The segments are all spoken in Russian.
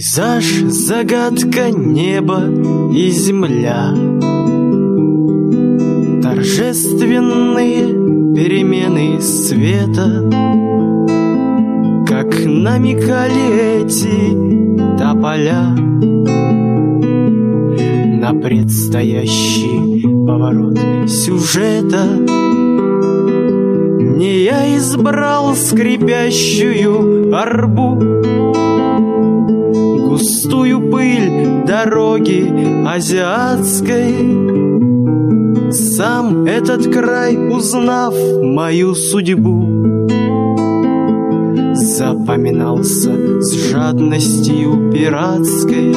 Пейзаж, загадка, небо и земля, торжественные перемены света, как намекали эти тополя на предстоящий поворот сюжета. Не я избрал скрипящую арбу, густую пыль дороги азиатской. Сам этот край, узнав мою судьбу, запоминался с жадностью пиратской.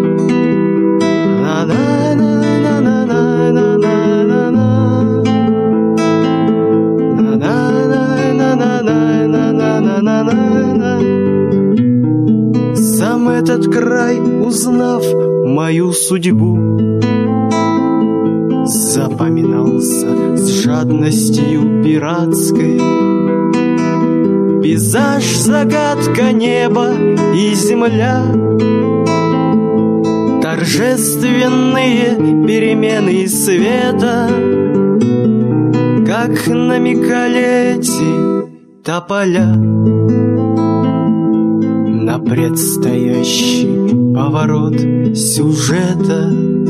Сам этот край, узнав мою судьбу, запоминался с жадностью пиратской. Пейзаж, загадка, небо и земля, торжественные перемены света, как намекали эти тополя на предстоящий поворот сюжета.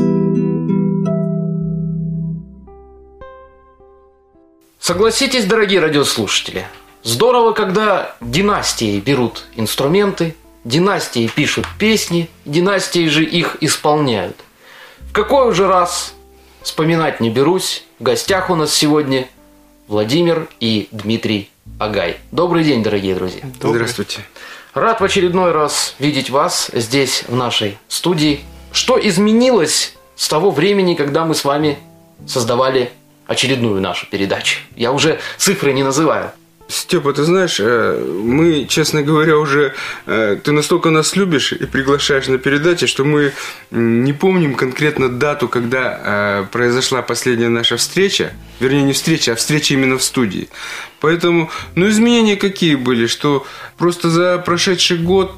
Согласитесь, дорогие радиослушатели, здорово, когда династии берут инструменты, династии пишут песни, династии же их исполняют. В какой уже раз вспоминать не берусь. В гостях у нас сегодня Владимир и Дмитрий Агай. Добрый день, дорогие друзья. Здравствуйте. Рад в очередной раз видеть вас здесь, в нашей студии. Что изменилось с того времени, когда мы с вами создавали очередную нашу передачу? Я уже цифры не называю. Степа, ты знаешь, мы, честно говоря, уже... Ты настолько нас любишь и приглашаешь на передачи, что мы не помним конкретно дату, когда произошла последняя наша встреча. Вернее, не встреча, а встреча именно в студии. Поэтому, изменения какие были, что просто за прошедший год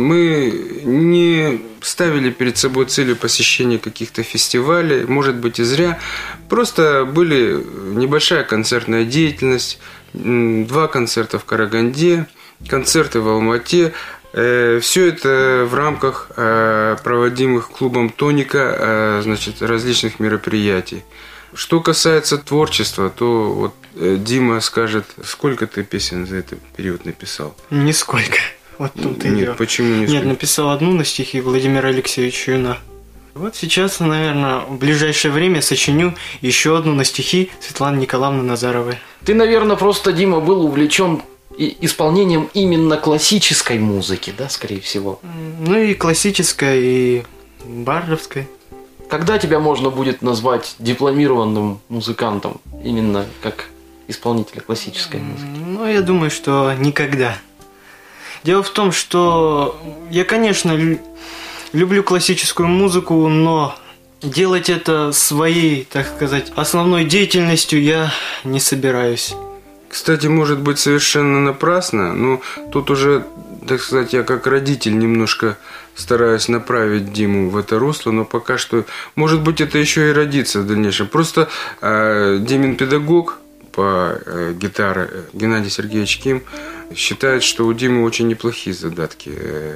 мы не ставили перед собой целью посещения каких-то фестивалей, может быть и зря. Просто были небольшая концертная деятельность, 2 концерта в Караганде, концерты в Алмате. Все это в рамках проводимых клубом «Тоника» различных мероприятий. Что касается творчества, то вот Дима скажет, сколько ты песен за этот период написал? Нисколько. Вот тут и Нет, почему нисколько? Нет, написал одну на стихи Владимира Алексеевича Юна. Вот сейчас, наверное, в ближайшее время сочиню еще одну на стихи Светланы Николаевны Назаровой. Ты, наверное, просто, Дима, был увлечен исполнением именно классической музыки, да, скорее всего? И классической, и бардовской. Когда тебя можно будет назвать дипломированным музыкантом, именно как исполнителя классической музыки? Я думаю, что никогда. Дело в том, что я, конечно, люблю классическую музыку, но делать это своей, так сказать, основной деятельностью я не собираюсь. Кстати, может быть совершенно напрасно, но тут уже, так сказать, я как родитель немножко стараюсь направить Диму в это русло, но пока что, может быть, это еще и родится в дальнейшем. Просто Димин педагог по гитаре Геннадий Сергеевич Ким считает, что у Димы очень неплохие задатки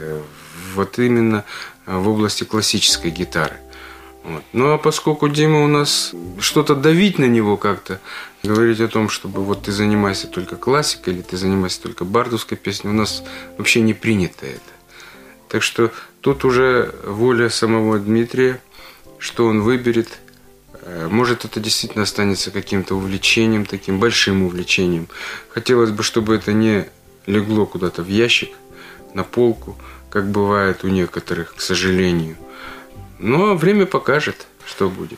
вот именно в области классической гитары. Вот. А поскольку Дима у нас что-то давить на него как-то, говорить о том, чтобы вот ты занимайся только классикой или ты занимайся только бардовской песней, у нас вообще не принято это. Так что тут уже воля самого Дмитрия, что он выберет. Может, это действительно останется каким-то увлечением, таким большим увлечением. Хотелось бы, чтобы это не легло куда-то в ящик, на полку, как бывает у некоторых, к сожалению. Но время покажет, что будет.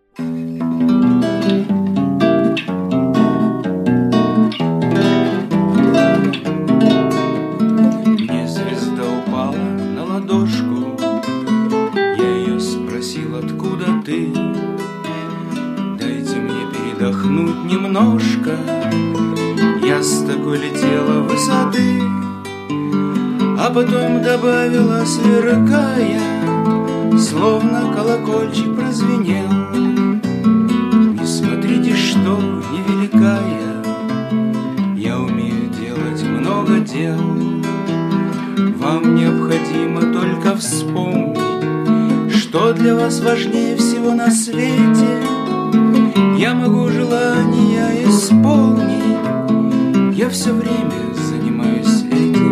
Мне звезда упала на ладошку, я ее спросил, откуда ты? Дайте мне передохнуть немножко, я с такой летела высоты. а потом добавила, сверкая, словно колокольчик прозвенел. Не смотрите, что невелика я умею делать много дел. Вам необходимо только вспомнить, что для вас важнее всего на свете. Я могу желания исполнить, я все время занимаюсь этим.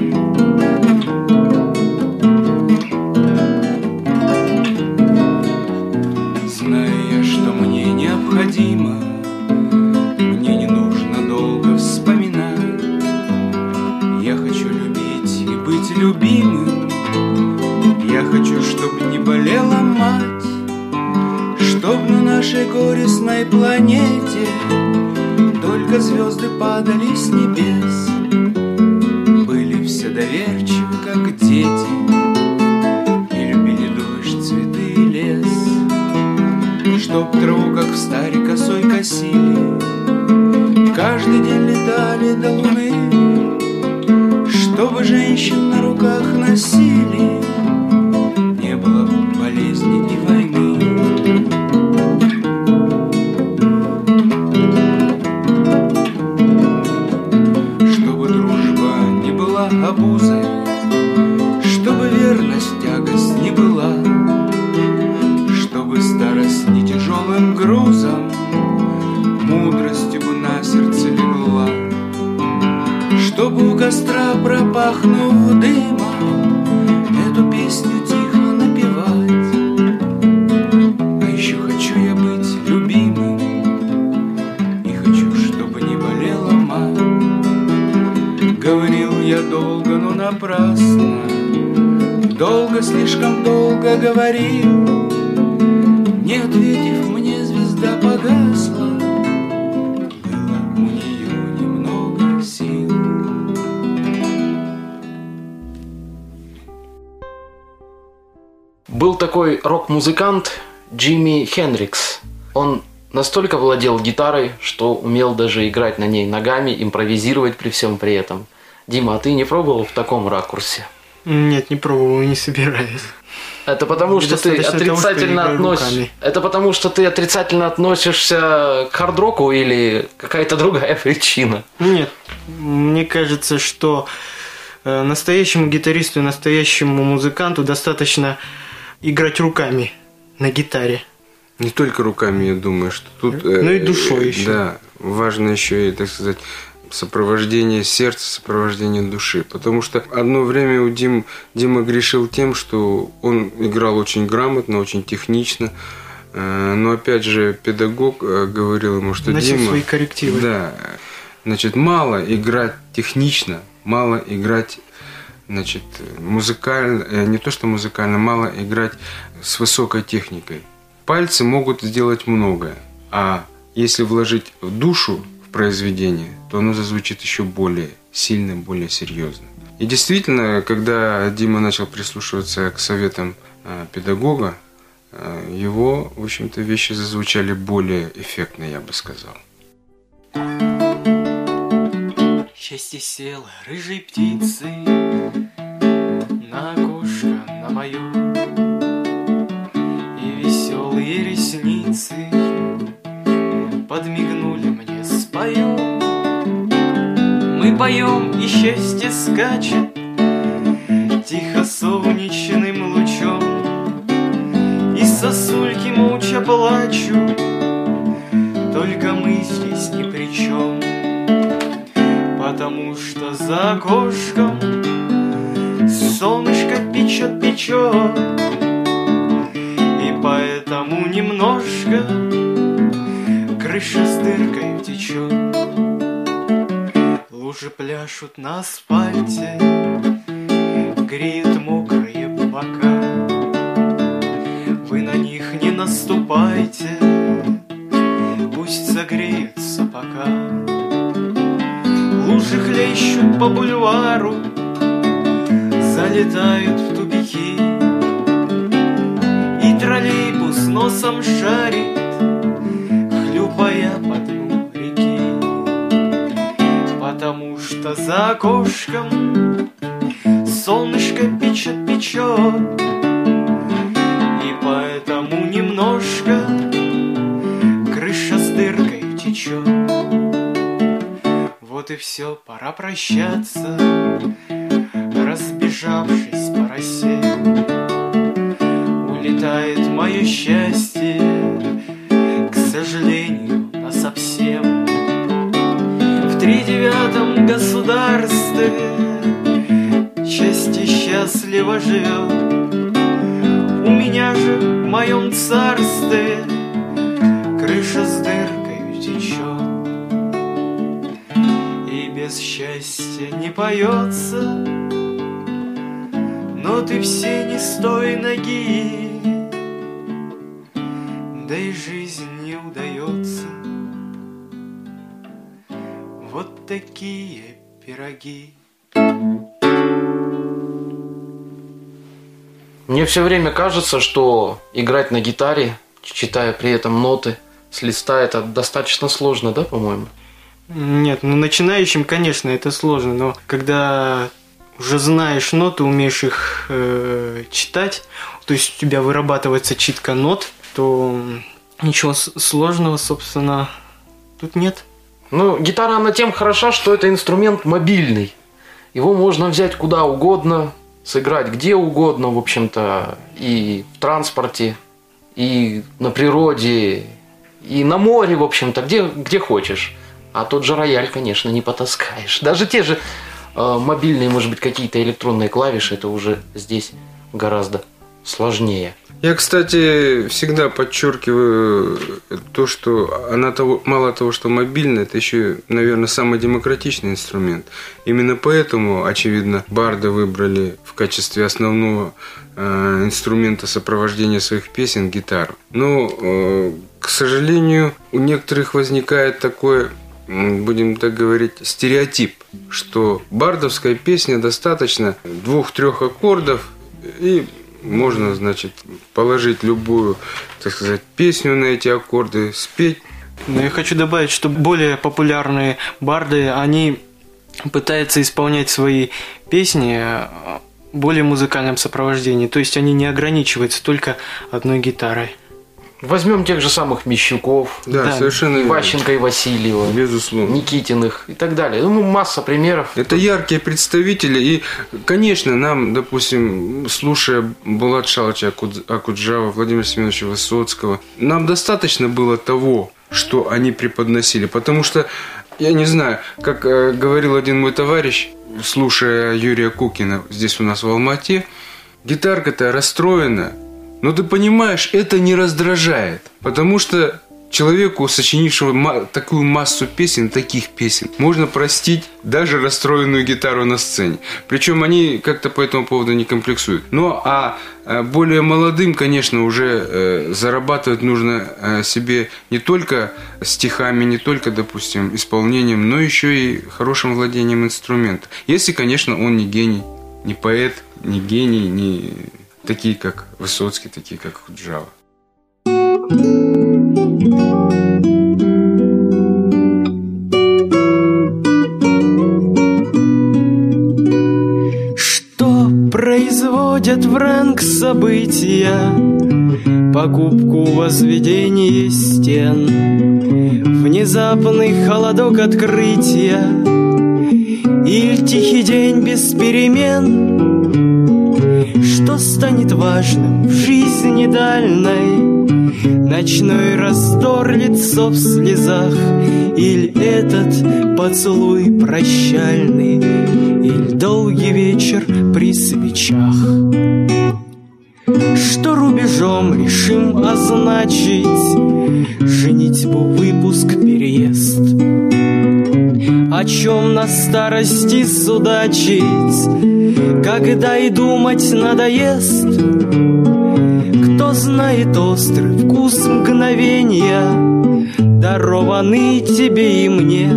Зная, что мне необходимо, мне не нужно долго вспоминать. Я хочу любить и быть любимым. Я хочу, чтобы не болела мать, чтоб на нашей горестной планете только звезды падали с небес, были все доверчивы, как дети, и любили дождь, цветы и лес. Чтоб траву, как в старе косой, косили, каждый день летали до луны, чтобы женщин на руках носили, не было болезни и войны. Чтобы дружба не была обузой, чтобы верность тягость не была, чтобы старость не тяжелым грузом, мудростью бы на сердце легла. Чтобы у костра, пропахнув дымом, эту песню тихо напевать. А еще хочу я быть любимым, и хочу, чтобы не болела мать. Говорил я долго, но напрасно, долго, слишком долго говорил. Не ответив мне, звезда погасла, было у нее немного сил. Был такой рок-музыкант Джимми Хендрикс. Он настолько владел гитарой, что умел даже играть на ней ногами, импровизировать при всем при этом. Дима, а ты не пробовал в таком ракурсе? Нет, не пробовал и не собираюсь. Это потому, что ты отрицательно относишься. Это потому, что ты отрицательно относишься к хард-року или какая-то другая причина? Нет, мне кажется, что настоящему гитаристу и настоящему музыканту достаточно играть руками на гитаре. Не только руками, я думаю, что тут... Ну и душой еще. Да, важно еще и, так сказать, сопровождение сердца, сопровождение души. Потому что одно время у Дима грешил тем, что он играл очень грамотно, очень технично. Но опять же, педагог говорил ему, что носил Дима... свои коррективы. Да. Значит, мало играть технично, мало играть, значит, музыкально, не то что музыкально, мало играть с высокой техникой. Пальцы могут сделать многое, а если вложить в душу в произведение, то оно зазвучит еще более сильно, более серьезно. И действительно, когда Дима начал прислушиваться к советам педагога, его, в общем-то, вещи зазвучали более эффектно, я бы сказал. Счастье село рыжей птицей на окошко на мое, и веселые ресницы подмигнули мне, спою. Мы поем, и счастье скачет тихо солнечным лучом, и сосульки молча плачут, только мы здесь ни при чем. Потому что за окошком солнышко печет, печет, и поэтому немножко крыша с дыркой течет. Лужи пляшут на асфальте, греют мокрые бока. Вы на них не наступайте, пусть согреются пока. Лужи хлещут по бульвару, залетают в тупики, и троллейбус носом шарит, хлюпая по дну реки. Потому что за окошком течет, и поэтому немножко крыша с дыркой течет. Вот и все, пора прощаться, разбежавшись по росе. Улетает мое счастье, к сожалению, насовсем. В 39-м государстве счастье счастливо живет. У меня же в моем царстве крыша с дыркой течет. И без счастья не поется, но ты все не с той ноги, да и жизнь не удается. Вот такие пироги. Мне все время кажется, что играть на гитаре, читая при этом ноты с листа, это достаточно сложно, да, по-моему? Нет, ну начинающим, конечно, это сложно, но когда уже знаешь ноты, умеешь их читать, то есть у тебя вырабатывается читка нот, то ничего сложного, собственно, тут нет. Ну, гитара, она тем хороша, что это инструмент мобильный. Его можно взять куда угодно, сыграть где угодно, в общем-то, и в транспорте, и на природе, и на море, в общем-то, где хочешь. А тот же рояль, конечно, не потаскаешь. Даже те же мобильные, может быть, какие-то электронные клавиши, это уже здесь гораздо сложнее. Я, кстати, всегда подчеркиваю то, что она мало того, что мобильная, это еще, наверное, самый демократичный инструмент. Именно поэтому, очевидно, барды выбрали в качестве основного инструмента сопровождения своих песен гитару. Но, к сожалению, у некоторых возникает такой, будем так говорить, стереотип, что бардовская песня достаточно 2-3 аккордов и можно, значит, положить любую, так сказать, песню на эти аккорды, спеть. Но я хочу добавить, что более популярные барды, они пытаются исполнять свои песни в более музыкальном сопровождении. То есть они не ограничиваются только одной гитарой. Возьмем тех же самых Мещуков, Да, совершенно верно. Иващенко и Васильева, Безусловно. Никитиных и так далее. Ну, масса примеров. Это яркие представители. И, конечно, нам, допустим, слушая Булат Шалыча Акуджава, Владимира Семеновича Высоцкого, нам достаточно было того, что они преподносили. Потому что, я не знаю, как говорил один мой товарищ, слушая Юрия Кукина здесь у нас в Алма-Ате, гитарка-то расстроена. Но ты понимаешь, это не раздражает, потому что человеку, сочинившему такую массу песен, таких песен, можно простить даже расстроенную гитару на сцене. Причем они как-то по этому поводу не комплексуют. Ну, а более молодым, конечно, уже зарабатывать нужно себе не только стихами, не только, допустим, исполнением, но еще и хорошим владением инструмента. Если, конечно, он не гений, не поэт, не гений, не... такие, как Высоцкий, такие, как Акуджава. Что производят в ранг события? Покупку, возведение стен, внезапный холодок открытия или тихий день без перемен. Что станет важным в жизни дальной? Ночной раздор, лицо в слезах, или этот поцелуй прощальный, или долгий вечер при свечах? Что рубежом решим означить? Женитьбу, выпуск, переезд. О чем на старости судачить, когда и думать надоест? Кто знает острый вкус мгновения, дарованный тебе и мне?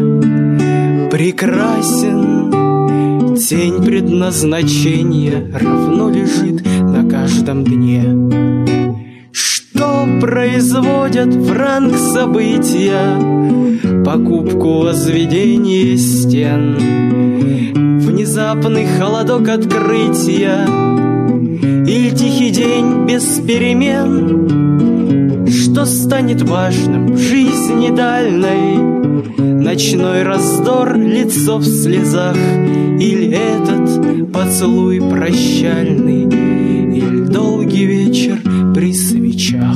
Прекрасен тень предназначения, равно лежит на каждом дне. Что производят в ранг события? Покупку, возведение стен, внезапный холодок открытия или тихий день без перемен? Что станет важным в жизни дальней? Ночной раздор, лицо в слезах, или этот поцелуй прощальный, или долгий вечер при свечах?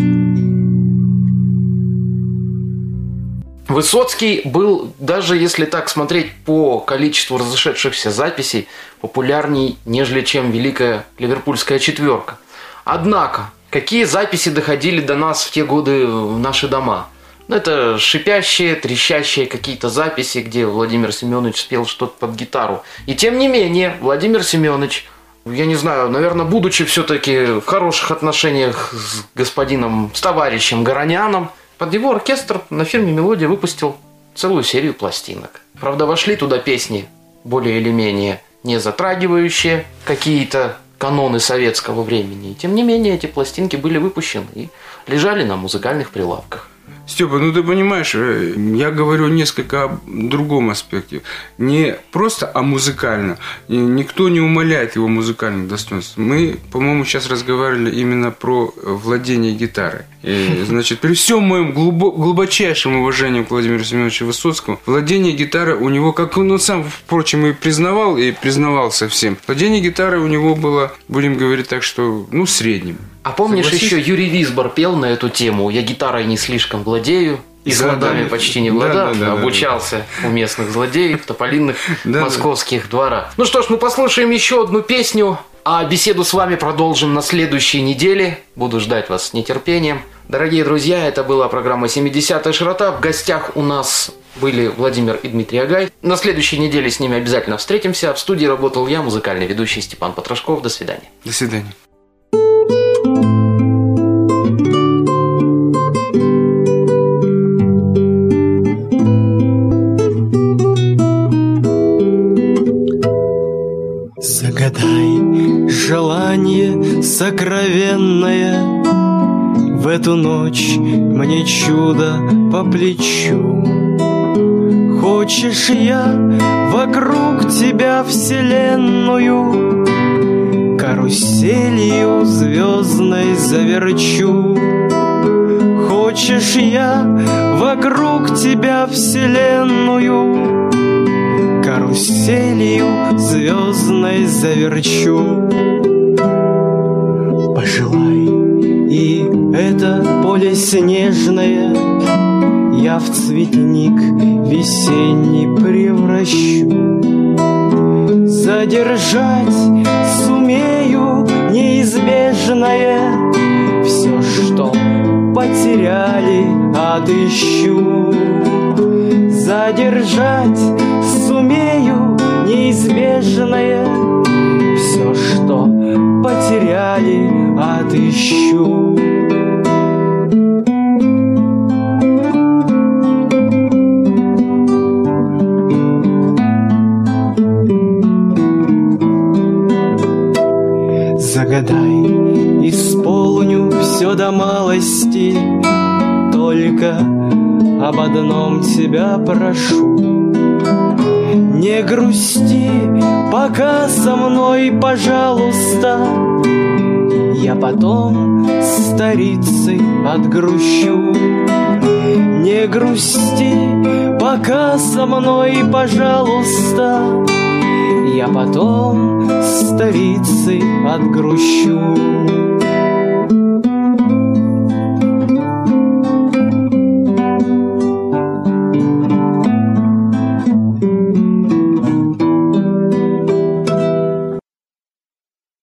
Высоцкий был, даже если так смотреть по количеству разошедшихся записей, популярней, нежели чем Великая Ливерпульская четверка. Однако, какие записи доходили до нас в те годы в наши дома? Это шипящие, трещащие какие-то записи, где Владимир Семенович спел что-то под гитару. И тем не менее, Владимир Семенович, я не знаю, наверное, будучи все-таки в хороших отношениях с господином, с товарищем Гороняном, под его оркестр на фирме «Мелодия» выпустил целую серию пластинок. Правда, вошли туда песни более или менее не затрагивающие какие-то каноны советского времени. И тем не менее, эти пластинки были выпущены и лежали на музыкальных прилавках. Степа, ну ты понимаешь, я говорю несколько о другом аспекте. Не просто о музыкальном. Никто не умаляет его музыкальных достоинств. Мы, по-моему, сейчас разговаривали именно про владение гитарой. И, значит, при всем моем глубочайшем уважении к Владимиру Семеновичу Высоцкому, владение гитарой у него, как он сам, впрочем, и признавал, и признавался всем, владение гитарой у него было, будем говорить так, что, средним. А помнишь, еще Юрий Висбор пел на эту тему «Я гитарой не слишком владею, и сладами почти не владал», обучался у местных злодеев в тополинных московских дворах. Ну что ж, мы послушаем еще одну песню, а беседу с вами продолжим на следующей неделе. Буду ждать вас с нетерпением. Дорогие друзья, это была программа «70-я широта». В гостях у нас были Владимир и Дмитрий Агай. На следующей неделе с ними обязательно встретимся. В студии работал я, музыкальный ведущий Степан Потрошков. До свидания. До свидания. Загадай желание сокровенное, в эту ночь мне чудо по плечу. Хочешь, я вокруг тебя вселенную каруселью звездной заверчу. Хочешь, я вокруг тебя вселенную каруселью звездной заверчу. Пожелай, и это поле снежное я в цветник весенний превращу. Задержать сумею неизбежное, все, что потеряли, отыщу. Задержать сумею неизбежное, все, что потеряли, отыщу. Загадай, исполню все до малости, только об одном тебя прошу. Не грусти пока со мной, пожалуйста, я потом старицей отгрущу. Не грусти пока со мной, пожалуйста, я потом старицей отгрущу.